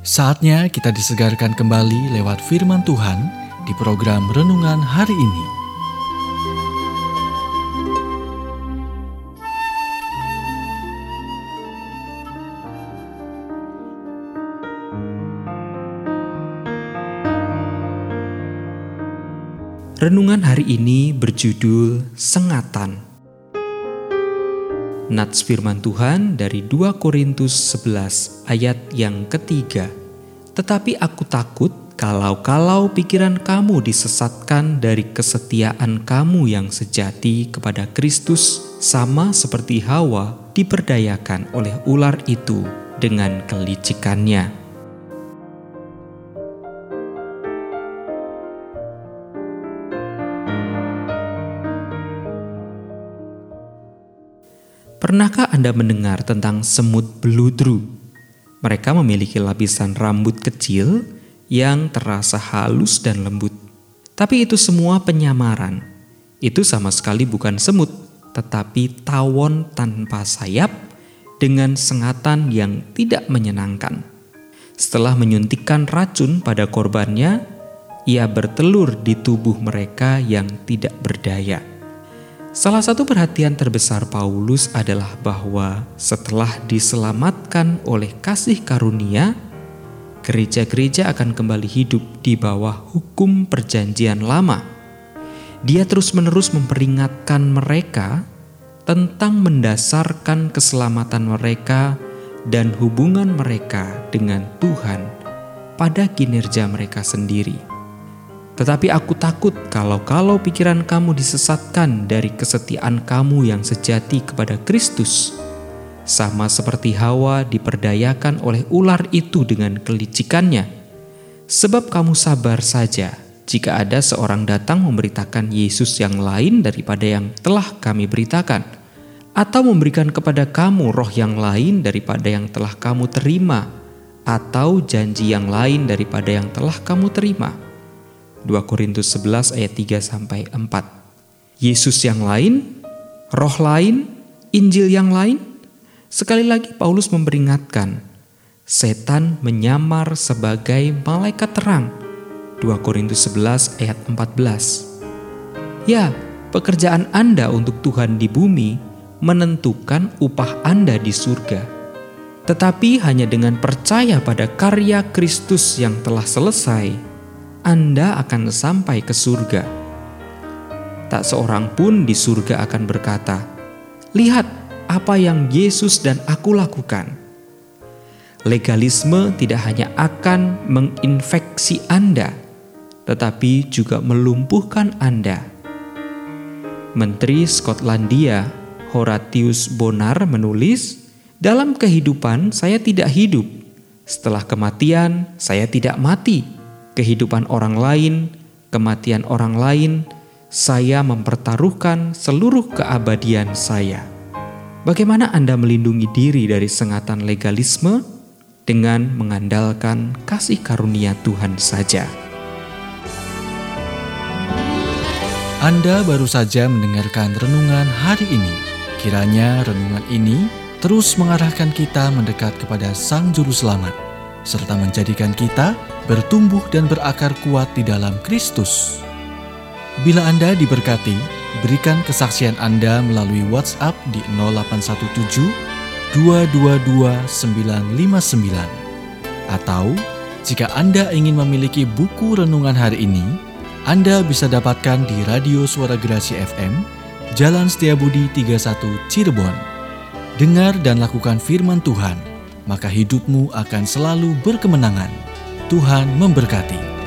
Saatnya kita disegarkan kembali lewat firman Tuhan di program Renungan Hari ini. Renungan hari ini berjudul Sengatan. Nats firman Tuhan dari 2 Korintus 11 ayat yang ketiga. Tetapi aku takut kalau pikiran kamu disesatkan dari kesetiaan kamu yang sejati kepada Kristus, sama seperti Hawa diperdayakan oleh ular itu dengan kelicikannya. Pernahkah Anda mendengar tentang semut beludru? Mereka memiliki lapisan rambut kecil yang terasa halus dan lembut. Tapi itu semua penyamaran. Itu sama sekali bukan semut, tetapi tawon tanpa sayap dengan sengatan yang tidak menyenangkan. Setelah menyuntikkan racun pada korbannya, ia bertelur di tubuh mereka yang tidak berdaya. Salah satu perhatian terbesar Paulus adalah bahwa setelah diselamatkan oleh kasih karunia, gereja-gereja akan kembali hidup di bawah hukum perjanjian lama. Dia terus-menerus memperingatkan mereka tentang mendasarkan keselamatan mereka dan hubungan mereka dengan Tuhan pada kinerja mereka sendiri. Tetapi aku takut kalau pikiran kamu disesatkan dari kesetiaan kamu yang sejati kepada Kristus, sama seperti Hawa diperdayakan oleh ular itu dengan kelicikannya. Sebab kamu sabar saja jika ada seorang datang memberitakan Yesus yang lain daripada yang telah kami beritakan, atau memberikan kepada kamu roh yang lain daripada yang telah kamu terima, atau janji yang lain daripada yang telah kamu terima. 2 Korintus 11 ayat 3-4. Yesus yang lain, roh lain, Injil yang lain. Sekali lagi Paulus memperingatkan, setan menyamar sebagai malaikat terang. 2 Korintus 11 ayat 14. Ya, pekerjaan Anda untuk Tuhan di bumi menentukan upah Anda di surga. Tetapi hanya dengan percaya pada karya Kristus yang telah selesai, Anda akan sampai ke surga. Tak seorang pun di surga akan berkata, "Lihat apa yang Yesus dan aku lakukan." Legalisme tidak hanya akan menginfeksi Anda, tetapi juga melumpuhkan Anda. Menteri Skotlandia Horatius Bonar menulis, "Dalam kehidupan saya tidak hidup, setelah kematian saya tidak mati. Kehidupan orang lain, kematian orang lain, saya mempertaruhkan seluruh keabadian saya." Bagaimana Anda melindungi diri dari sengatan legalisme? Dengan mengandalkan kasih karunia Tuhan saja. Anda baru saja mendengarkan renungan hari ini. Kiranya renungan ini terus mengarahkan kita mendekat kepada Sang Juru Selamat, serta menjadikan kita bertumbuh dan berakar kuat di dalam Kristus. Bila Anda diberkati, berikan kesaksian Anda melalui WhatsApp di 0817 222 959. Atau, jika Anda ingin memiliki buku renungan hari ini, Anda bisa dapatkan di Radio Suara Gerasi FM, Jalan Setiabudi 31 Cirebon. Dengar dan lakukan firman Tuhan, maka hidupmu akan selalu berkemenangan. Tuhan memberkati.